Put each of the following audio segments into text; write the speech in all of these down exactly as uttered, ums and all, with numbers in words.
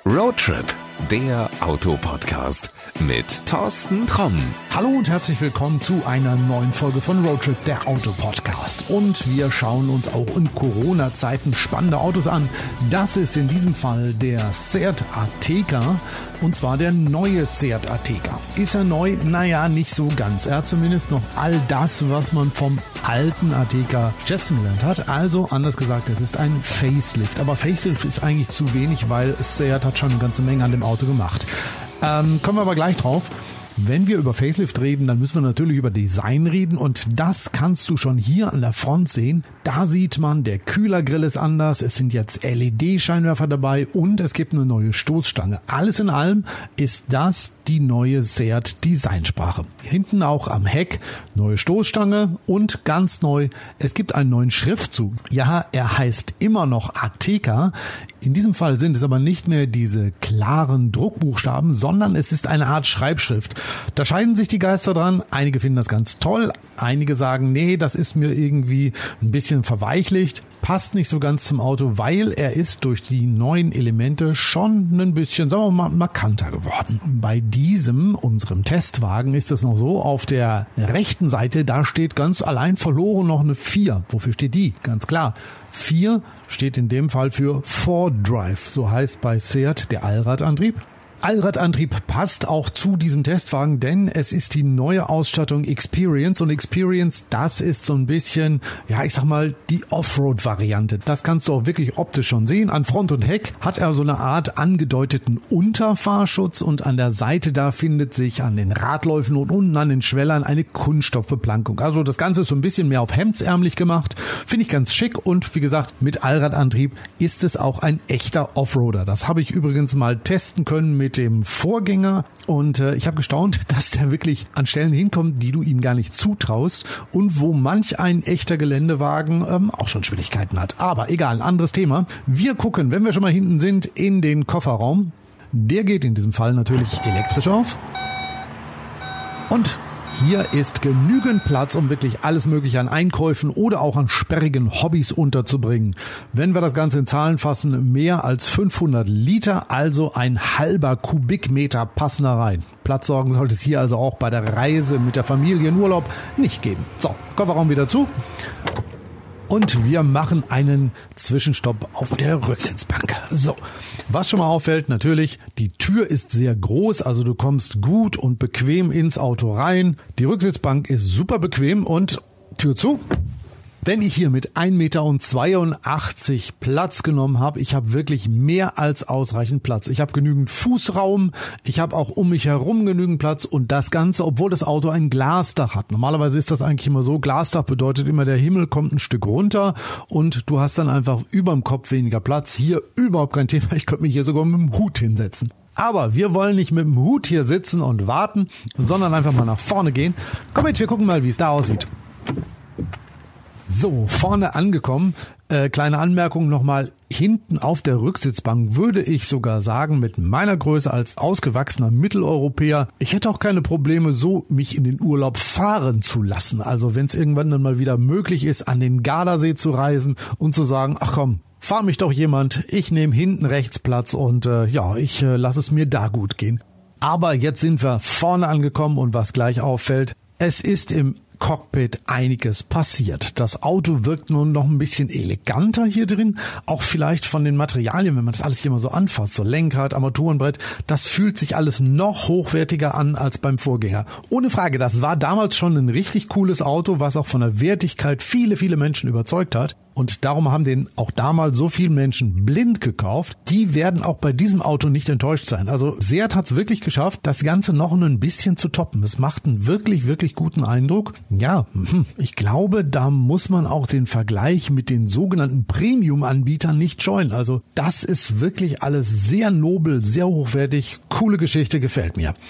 Roadtrip, der Autopodcast mit Thorsten Tromm. Hallo und herzlich willkommen zu einer neuen Folge von Roadtrip, der Autopodcast. Und wir schauen uns auch in Corona-Zeiten spannende Autos an. Das ist in diesem Fall der Seat Ateca, und zwar der neue Seat Ateca. Ist er neu? Naja, nicht so ganz. Er hat zumindest noch all das, was man vom alten Ateca schätzen gelernt hat. Also, anders gesagt, es ist ein Facelift. Aber Facelift ist eigentlich zu wenig, weil Seat hat schon eine ganze Menge an dem Auto gemacht. Ähm, kommen wir aber gleich drauf. Wenn wir über Facelift reden, dann müssen wir natürlich über Design reden, und das kannst du schon hier an der Front sehen. Da sieht man, der Kühlergrill ist anders, es sind jetzt L E D-Scheinwerfer dabei und es gibt eine neue Stoßstange. Alles in allem ist das die neue Seat Designsprache. Hinten auch am Heck neue Stoßstange und ganz neu, es gibt einen neuen Schriftzug. Ja, er heißt immer noch Ateca. In diesem Fall sind es aber nicht mehr diese klaren Druckbuchstaben, sondern es ist eine Art Schreibschrift. Da scheiden sich die Geister dran. Einige finden das ganz toll. Einige sagen, nee, das ist mir irgendwie ein bisschen verweichlicht. Passt nicht so ganz zum Auto, weil er ist durch die neuen Elemente schon ein bisschen, sagen wir mal, markanter geworden. Bei diesem, unserem Testwagen, ist es noch so, auf der rechten Seite, da steht ganz allein verloren noch eine vier. Wofür steht die? Ganz klar. vier steht in dem Fall für Four Drive. So heißt bei Seat der Allradantrieb. Allradantrieb passt auch zu diesem Testwagen, denn es ist die neue Ausstattung Experience, und Experience, das ist so ein bisschen, ja, ich sag mal, die Offroad-Variante. Das kannst du auch wirklich optisch schon sehen. An Front und Heck hat er so eine Art angedeuteten Unterfahrschutz, und an der Seite da findet sich an den Radläufen und unten an den Schwellern eine Kunststoffbeplankung. Also das Ganze ist so ein bisschen mehr auf hemdsärmlich gemacht. Finde ich ganz schick, und wie gesagt, mit Allradantrieb ist es auch ein echter Offroader. Das habe ich übrigens mal testen können mit dem Vorgänger, und äh, ich habe gestaunt, dass der wirklich an Stellen hinkommt, die du ihm gar nicht zutraust und wo manch ein echter Geländewagen ähm, auch schon Schwierigkeiten hat. Aber egal, ein anderes Thema. Wir gucken, wenn wir schon mal hinten sind, in den Kofferraum. Der geht in diesem Fall natürlich elektrisch auf. Und hier ist genügend Platz, um wirklich alles Mögliche an Einkäufen oder auch an sperrigen Hobbys unterzubringen. Wenn wir das Ganze in Zahlen fassen, mehr als fünfhundert Liter, also ein halber Kubikmeter passen da rein. Platzsorgen sollte es hier also auch bei der Reise mit der Familie in Urlaub nicht geben. So, Kofferraum wieder zu. Und wir machen einen Zwischenstopp auf der Rücksitzbank. So, was schon mal auffällt, natürlich, die Tür ist sehr groß, also du kommst gut und bequem ins Auto rein. Die Rücksitzbank ist super bequem und Tür zu. Wenn ich hier mit ein Meter zweiundachtzig Platz genommen habe, ich habe wirklich mehr als ausreichend Platz. Ich habe genügend Fußraum, ich habe auch um mich herum genügend Platz, und das Ganze, obwohl das Auto ein Glasdach hat. Normalerweise ist das eigentlich immer so, Glasdach bedeutet immer, der Himmel kommt ein Stück runter und du hast dann einfach überm Kopf weniger Platz. Hier überhaupt kein Thema, ich könnte mich hier sogar mit dem Hut hinsetzen. Aber wir wollen nicht mit dem Hut hier sitzen und warten, sondern einfach mal nach vorne gehen. Komm mit, wir gucken mal, wie es da aussieht. So, vorne angekommen, äh, kleine Anmerkung nochmal, hinten auf der Rücksitzbank würde ich sogar sagen, mit meiner Größe als ausgewachsener Mitteleuropäer, ich hätte auch keine Probleme, so mich in den Urlaub fahren zu lassen. Also wenn es irgendwann dann mal wieder möglich ist, an den Gardasee zu reisen und zu sagen, ach komm, fahr mich doch jemand, ich nehme hinten rechts Platz und äh, ja, ich äh, lasse es mir da gut gehen. Aber jetzt sind wir vorne angekommen, und was gleich auffällt, es ist im Cockpit einiges passiert. Das Auto wirkt nun noch ein bisschen eleganter hier drin, auch vielleicht von den Materialien, wenn man das alles hier mal so anfasst, so Lenkrad, Armaturenbrett, das fühlt sich alles noch hochwertiger an als beim Vorgänger. Ohne Frage, das war damals schon ein richtig cooles Auto, was auch von der Wertigkeit viele, viele Menschen überzeugt hat. Und darum haben den auch damals so viele Menschen blind gekauft. Die werden auch bei diesem Auto nicht enttäuscht sein. Also Seat hat es wirklich geschafft, das Ganze noch ein bisschen zu toppen. Es macht einen wirklich, wirklich guten Eindruck. Ja, ich glaube, da muss man auch den Vergleich mit den sogenannten Premium-Anbietern nicht scheuen. Also das ist wirklich alles sehr nobel, sehr hochwertig. Coole Geschichte, gefällt mir.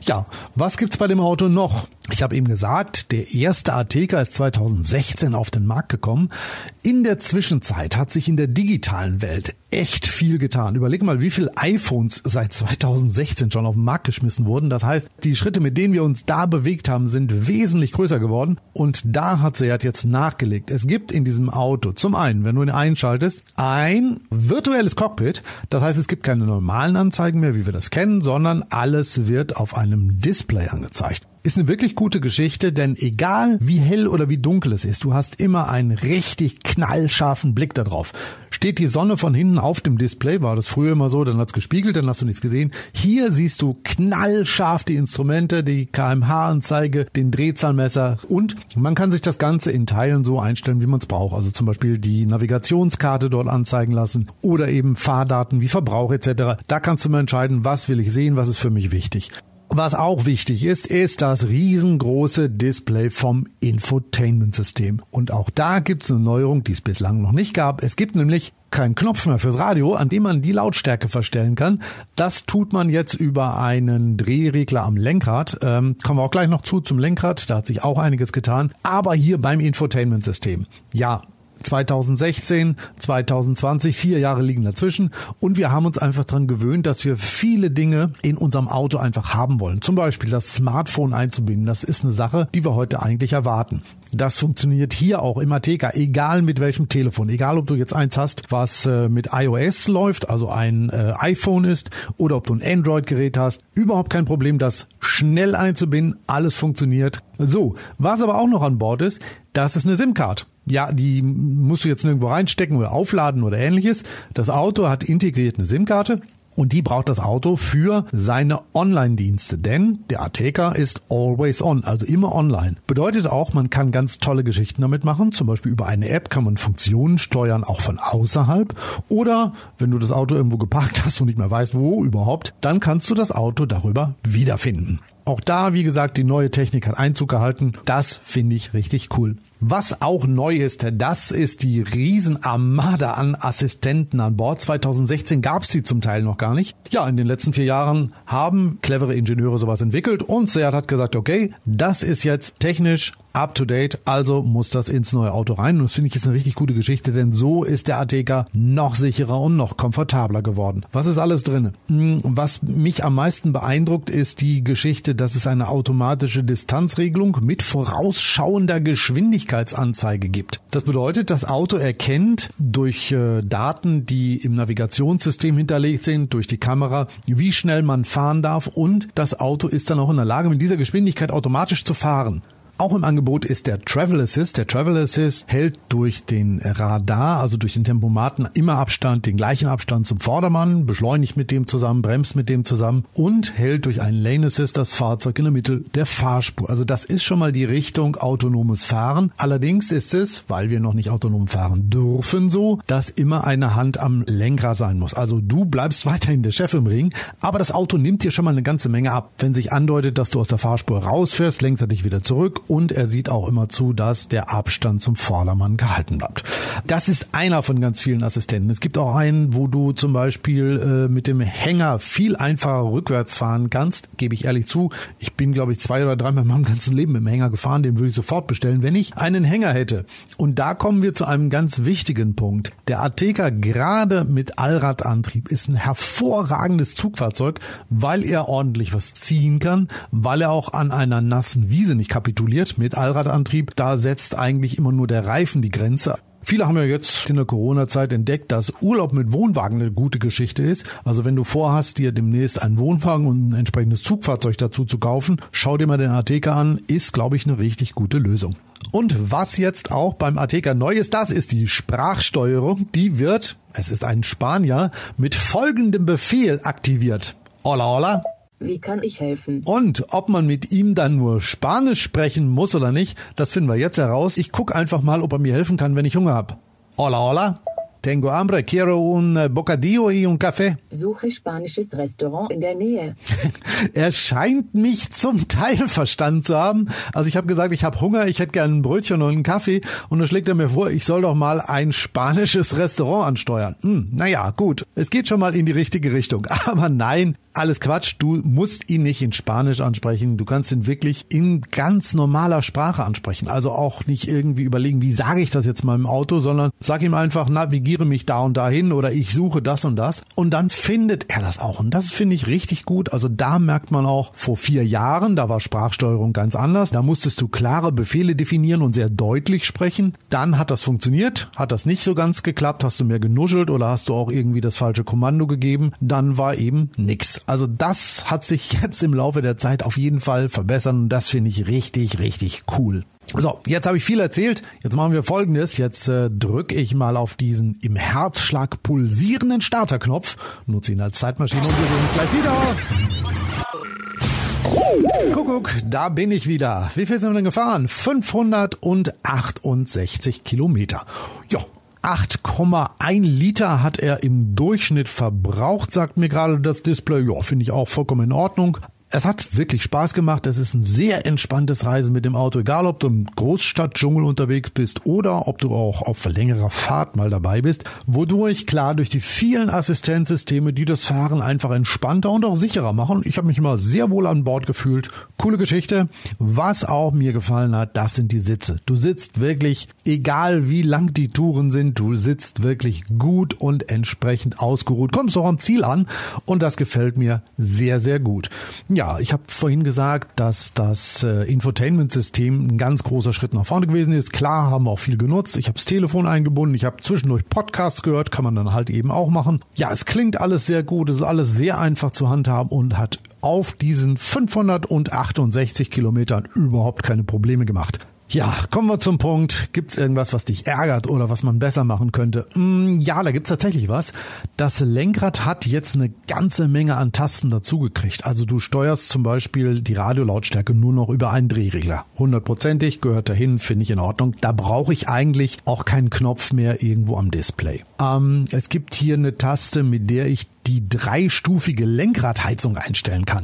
Ja, was gibt's bei dem Auto noch? Ich habe eben gesagt, der erste Ateca ist zweitausendsechzehn auf den Markt gekommen. In der Zwischenzeit hat sich in der digitalen Welt echt viel getan. Überleg mal, wie viele iPhones seit zweitausendsechzehn schon auf den Markt geschmissen wurden. Das heißt, die Schritte, mit denen wir uns da bewegt haben, sind wesentlich größer geworden. Und da hat Seat jetzt nachgelegt. Es gibt in diesem Auto zum einen, wenn du ihn einschaltest, ein virtuelles Cockpit. Das heißt, es gibt keine normalen Anzeigen mehr, wie wir das kennen, sondern alles wird auf einem Display angezeigt. Ist eine wirklich gute Geschichte, denn egal wie hell oder wie dunkel es ist, du hast immer einen richtig knallscharfen Blick da drauf. Steht die Sonne von hinten auf dem Display, war das früher immer so, dann hat's gespiegelt, dann hast du nichts gesehen. Hier siehst du knallscharf die Instrumente, die K M H-Anzeige, den Drehzahlmesser und man kann sich das Ganze in Teilen so einstellen, wie man es braucht. Also zum Beispiel die Navigationskarte dort anzeigen lassen oder eben Fahrdaten wie Verbrauch et cetera. Da kannst du mal entscheiden, was will ich sehen, was ist für mich wichtig. Was auch wichtig ist, ist das riesengroße Display vom Infotainment-System. Und auch da gibt es eine Neuerung, die es bislang noch nicht gab. Es gibt nämlich keinen Knopf mehr fürs Radio, an dem man die Lautstärke verstellen kann. Das tut man jetzt über einen Drehregler am Lenkrad. Ähm, kommen wir auch gleich noch zu zum Lenkrad, da hat sich auch einiges getan. Aber hier beim Infotainment-System. Ja, zweitausendsechzehn, zweitausendzwanzig, vier Jahre liegen dazwischen und wir haben uns einfach dran gewöhnt, dass wir viele Dinge in unserem Auto einfach haben wollen. Zum Beispiel das Smartphone einzubinden, das ist eine Sache, die wir heute eigentlich erwarten. Das funktioniert hier auch im Ateca, egal mit welchem Telefon, egal ob du jetzt eins hast, was äh, mit iOS läuft, also ein äh, iPhone ist, oder ob du ein Android-Gerät hast, überhaupt kein Problem, das schnell einzubinden, alles funktioniert. So, was aber auch noch an Bord ist, das ist eine SIM-Card. Ja, die musst du jetzt nirgendwo reinstecken oder aufladen oder ähnliches. Das Auto hat integriert eine SIM-Karte und die braucht das Auto für seine Online-Dienste, denn der Ateca ist always on, also immer online. Bedeutet auch, man kann ganz tolle Geschichten damit machen, zum Beispiel über eine App kann man Funktionen steuern, auch von außerhalb. Oder wenn du das Auto irgendwo geparkt hast und nicht mehr weißt, wo überhaupt, dann kannst du das Auto darüber wiederfinden. Auch da, wie gesagt, die neue Technik hat Einzug gehalten. Das finde ich richtig cool. Was auch neu ist, das ist die Riesenarmada an Assistenten an Bord. zweitausendsechzehn gab es die zum Teil noch gar nicht. Ja, in den letzten vier Jahren haben clevere Ingenieure sowas entwickelt und Seat hat gesagt, okay, das ist jetzt technisch up to date, also muss das ins neue Auto rein. Und das finde ich ist eine richtig gute Geschichte, denn so ist der Ateca noch sicherer und noch komfortabler geworden. Was ist alles drin? Was mich am meisten beeindruckt, ist die Geschichte, dass es eine automatische Distanzregelung mit vorausschauender Geschwindigkeitsanzeige gibt. Das bedeutet, das Auto erkennt durch äh, Daten, die im Navigationssystem hinterlegt sind, durch die Kamera, wie schnell man fahren darf und das Auto ist dann auch in der Lage, mit dieser Geschwindigkeit automatisch zu fahren. Auch im Angebot ist der Travel Assist. Der Travel Assist hält durch den Radar, also durch den Tempomaten, immer Abstand, den gleichen Abstand zum Vordermann, beschleunigt mit dem zusammen, bremst mit dem zusammen und hält durch einen Lane Assist das Fahrzeug in der Mitte der Fahrspur. Also das ist schon mal die Richtung autonomes Fahren. Allerdings ist es, weil wir noch nicht autonom fahren dürfen, so, dass immer eine Hand am Lenkrad sein muss. Also du bleibst weiterhin der Chef im Ring, aber das Auto nimmt dir schon mal eine ganze Menge ab. Wenn sich andeutet, dass du aus der Fahrspur rausfährst, lenkt er dich wieder zurück. Und er sieht auch immer zu, dass der Abstand zum Vordermann gehalten bleibt. Das ist einer von ganz vielen Assistenten. Es gibt auch einen, wo du zum Beispiel äh, mit dem Hänger viel einfacher rückwärts fahren kannst. Gebe ich ehrlich zu. Ich bin, glaube ich, zwei oder dreimal in meinem ganzen Leben mit dem Hänger gefahren. Den würde ich sofort bestellen, wenn ich einen Hänger hätte. Und da kommen wir zu einem ganz wichtigen Punkt. Der Ateca, gerade mit Allradantrieb, ist ein hervorragendes Zugfahrzeug, weil er ordentlich was ziehen kann, weil er auch an einer nassen Wiese nicht kapituliert. Mit Allradantrieb, da setzt eigentlich immer nur der Reifen die Grenze. Viele haben ja jetzt in der Corona-Zeit entdeckt, dass Urlaub mit Wohnwagen eine gute Geschichte ist. Also wenn du vorhast, dir demnächst einen Wohnwagen und ein entsprechendes Zugfahrzeug dazu zu kaufen, schau dir mal den Ateca an, ist, glaube ich, eine richtig gute Lösung. Und was jetzt auch beim Ateca neu ist, das ist die Sprachsteuerung. Die wird, es ist ein Spanier, mit folgendem Befehl aktiviert. Hola, hola. Wie kann ich helfen? Und ob man mit ihm dann nur Spanisch sprechen muss oder nicht, das finden wir jetzt heraus. Ich gucke einfach mal, ob er mir helfen kann, wenn ich Hunger habe. Hola, hola. Tengo hambre, quiero un bocadillo y un café. Suche spanisches Restaurant in der Nähe. Er scheint mich zum Teil verstanden zu haben. Also ich habe gesagt, ich habe Hunger, ich hätte gerne ein Brötchen und einen Kaffee. Und dann schlägt er mir vor, ich soll doch mal ein spanisches Restaurant ansteuern. Hm, naja, gut. Es geht schon mal in die richtige Richtung. Aber nein, alles Quatsch. Du musst ihn nicht in Spanisch ansprechen. Du kannst ihn wirklich in ganz normaler Sprache ansprechen. Also auch nicht irgendwie überlegen, wie sage ich das jetzt mal im Auto, sondern sag ihm einfach, navigiere mich da und dahin oder ich suche das und das. Und dann findet er das auch. Und das finde ich richtig gut. Also da merkt man auch, vor vier Jahren, da war Sprachsteuerung ganz anders. Da musstest du klare Befehle definieren und sehr deutlich sprechen. Dann hat das funktioniert. Hat das nicht so ganz geklappt? Hast du mehr genuschelt oder hast du auch irgendwie das falsche Kommando gegeben? Dann war eben nix. Also das hat sich jetzt im Laufe der Zeit auf jeden Fall verbessert und das finde ich richtig, richtig cool. So, jetzt habe ich viel erzählt. Jetzt machen wir Folgendes. Jetzt äh, drücke ich mal auf diesen im Herzschlag pulsierenden Starterknopf, nutze ihn als Zeitmaschine und wir sehen uns gleich wieder. Kuckuck, da bin ich wieder. Wie viel sind wir denn gefahren? fünfhundertachtundsechzig Kilometer. Ja. acht Komma eins Liter hat er im Durchschnitt verbraucht, sagt mir gerade das Display. Ja, finde ich auch vollkommen in Ordnung. Es hat wirklich Spaß gemacht. Es ist ein sehr entspanntes Reisen mit dem Auto. Egal, ob du im Großstadtdschungel unterwegs bist oder ob du auch auf längerer Fahrt mal dabei bist. Wodurch, klar, durch die vielen Assistenzsysteme, die das Fahren einfach entspannter und auch sicherer machen. Ich habe mich immer sehr wohl an Bord gefühlt. Coole Geschichte. Was auch mir gefallen hat, das sind die Sitze. Du sitzt wirklich, egal wie lang die Touren sind, du sitzt wirklich gut und entsprechend ausgeruht. Kommst auch am Ziel an und das gefällt mir sehr, sehr gut. Ja, ich habe vorhin gesagt, dass das äh, Infotainment-System ein ganz großer Schritt nach vorne gewesen ist. Klar, haben wir auch viel genutzt. Ich habe das Telefon eingebunden, ich habe zwischendurch Podcasts gehört, kann man dann halt eben auch machen. Ja, es klingt alles sehr gut, es ist alles sehr einfach zu handhaben und hat auf diesen fünfhundertachtundsechzig Kilometern überhaupt keine Probleme gemacht. Ja, kommen wir zum Punkt. Gibt's irgendwas, was dich ärgert oder was man besser machen könnte? Mm, ja, da gibt's tatsächlich was. Das Lenkrad hat jetzt eine ganze Menge an Tasten dazugekriegt. Also du steuerst zum Beispiel die Radiolautstärke nur noch über einen Drehregler. Hundertprozentig gehört dahin, finde ich in Ordnung. Da brauche ich eigentlich auch keinen Knopf mehr irgendwo am Display. Ähm, es gibt hier eine Taste, mit der ich die dreistufige Lenkradheizung einstellen kann.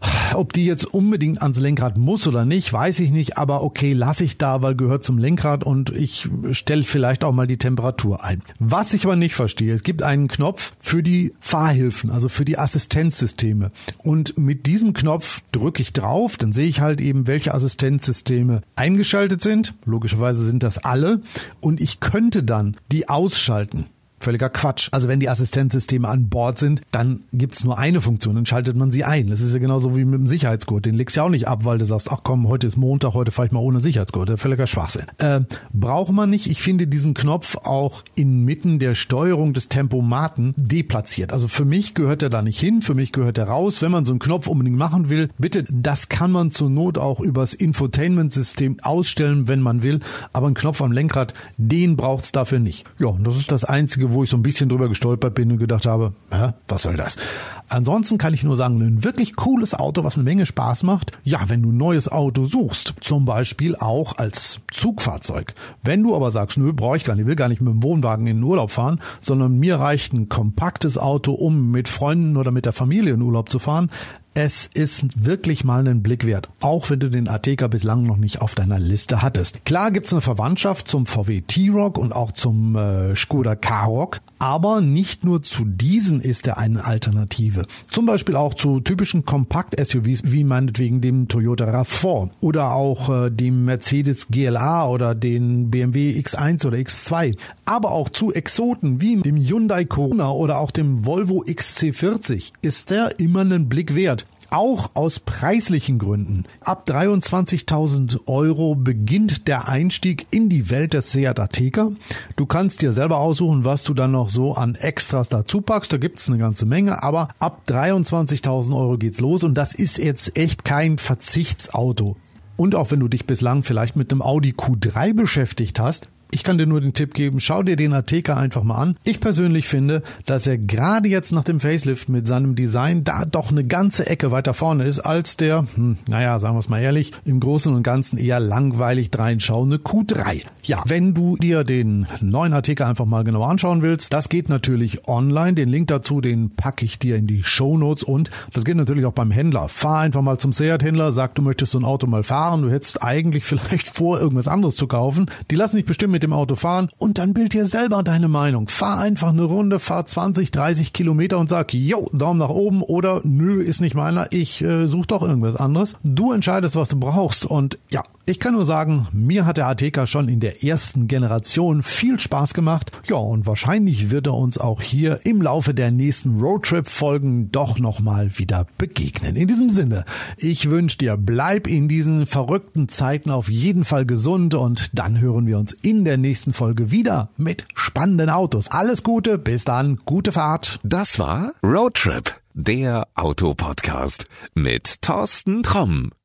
Ob die jetzt unbedingt ans Lenkrad muss oder nicht, weiß ich nicht, aber okay, lasse ich da, weil gehört zum Lenkrad und ich stelle vielleicht auch mal die Temperatur ein. Was ich aber nicht verstehe, es gibt einen Knopf für die Fahrhilfen, also für die Assistenzsysteme und mit diesem Knopf drücke ich drauf, dann sehe ich halt eben, welche Assistenzsysteme eingeschaltet sind, logischerweise sind das alle und ich könnte dann die ausschalten. Völliger Quatsch. Also wenn die Assistenzsysteme an Bord sind, dann gibt's nur eine Funktion, dann schaltet man sie ein. Das ist ja genauso wie mit dem Sicherheitsgurt. Den legst du ja auch nicht ab, weil du sagst, ach komm, heute ist Montag, heute fahre ich mal ohne Sicherheitsgurt. Das ist völliger Schwachsinn. Äh, braucht man nicht. Ich finde diesen Knopf auch inmitten der Steuerung des Tempomaten deplatziert. Also für mich gehört er da nicht hin, für mich gehört er raus. Wenn man so einen Knopf unbedingt machen will, bitte, das kann man zur Not auch übers Infotainment-System ausstellen, wenn man will. Aber einen Knopf am Lenkrad, den braucht's dafür nicht. Ja, und das ist das Einzige, wo ich so ein bisschen drüber gestolpert bin und gedacht habe, hä, was soll das? Ansonsten kann ich nur sagen, ein wirklich cooles Auto, was eine Menge Spaß macht. Ja, wenn du ein neues Auto suchst, zum Beispiel auch als Zugfahrzeug. Wenn du aber sagst, nö, brauche ich gar nicht, will gar nicht mit dem Wohnwagen in den Urlaub fahren, sondern mir reicht ein kompaktes Auto, um mit Freunden oder mit der Familie in Urlaub zu fahren, es ist wirklich mal einen Blick wert, auch wenn du den Ateca bislang noch nicht auf deiner Liste hattest. Klar gibt's eine Verwandtschaft zum V W T-Roc und auch zum äh, Skoda Karoq, aber nicht nur zu diesen ist er eine Alternative. Zum Beispiel auch zu typischen Kompakt-S U Vs wie meinetwegen dem Toyota RAV vier oder auch äh, dem Mercedes G L A oder den B M W X eins oder X zwei, aber auch zu Exoten wie dem Hyundai Kona oder auch dem Volvo X C vierzig ist der immer einen Blick wert. Auch aus preislichen Gründen. Ab dreiundzwanzigtausend Euro beginnt der Einstieg in die Welt des Seat Ateca. Du kannst dir selber aussuchen, was du dann noch so an Extras dazu packst. Da gibt's eine ganze Menge, aber ab dreiundzwanzigtausend Euro geht's los und das ist jetzt echt kein Verzichtsauto. Und auch wenn du dich bislang vielleicht mit einem Audi Q drei beschäftigt hast, ich kann dir nur den Tipp geben, schau dir den Ateca einfach mal an. Ich persönlich finde, dass er gerade jetzt nach dem Facelift mit seinem Design da doch eine ganze Ecke weiter vorne ist als der, hm, naja, sagen wir es mal ehrlich, im Großen und Ganzen eher langweilig dreinschauende Q drei. Ja, wenn du dir den neuen Ateca einfach mal genauer anschauen willst, das geht natürlich online. Den Link dazu, den packe ich dir in die Shownotes und das geht natürlich auch beim Händler. Fahr einfach mal zum Seat-Händler, sag, du möchtest so ein Auto mal fahren, du hättest eigentlich vielleicht vor, irgendwas anderes zu kaufen. Die lassen dich bestimmt mit mit dem Auto fahren und dann bild dir selber deine Meinung. Fahr einfach eine Runde, fahr zwanzig, dreißig Kilometer und sag, jo, Daumen nach oben oder nö, ist nicht meiner, ich äh, suche doch irgendwas anderes. Du entscheidest, was du brauchst und ja, ich kann nur sagen, mir hat der Ateca schon in der ersten Generation viel Spaß gemacht. Ja, und wahrscheinlich wird er uns auch hier im Laufe der nächsten Roadtrip-Folgen doch nochmal wieder begegnen. In diesem Sinne, ich wünsche dir, bleib in diesen verrückten Zeiten auf jeden Fall gesund und dann hören wir uns in der nächsten Folge wieder mit spannenden Autos. Alles Gute, bis dann, gute Fahrt. Das war Roadtrip, der Autopodcast mit Thorsten Tromm.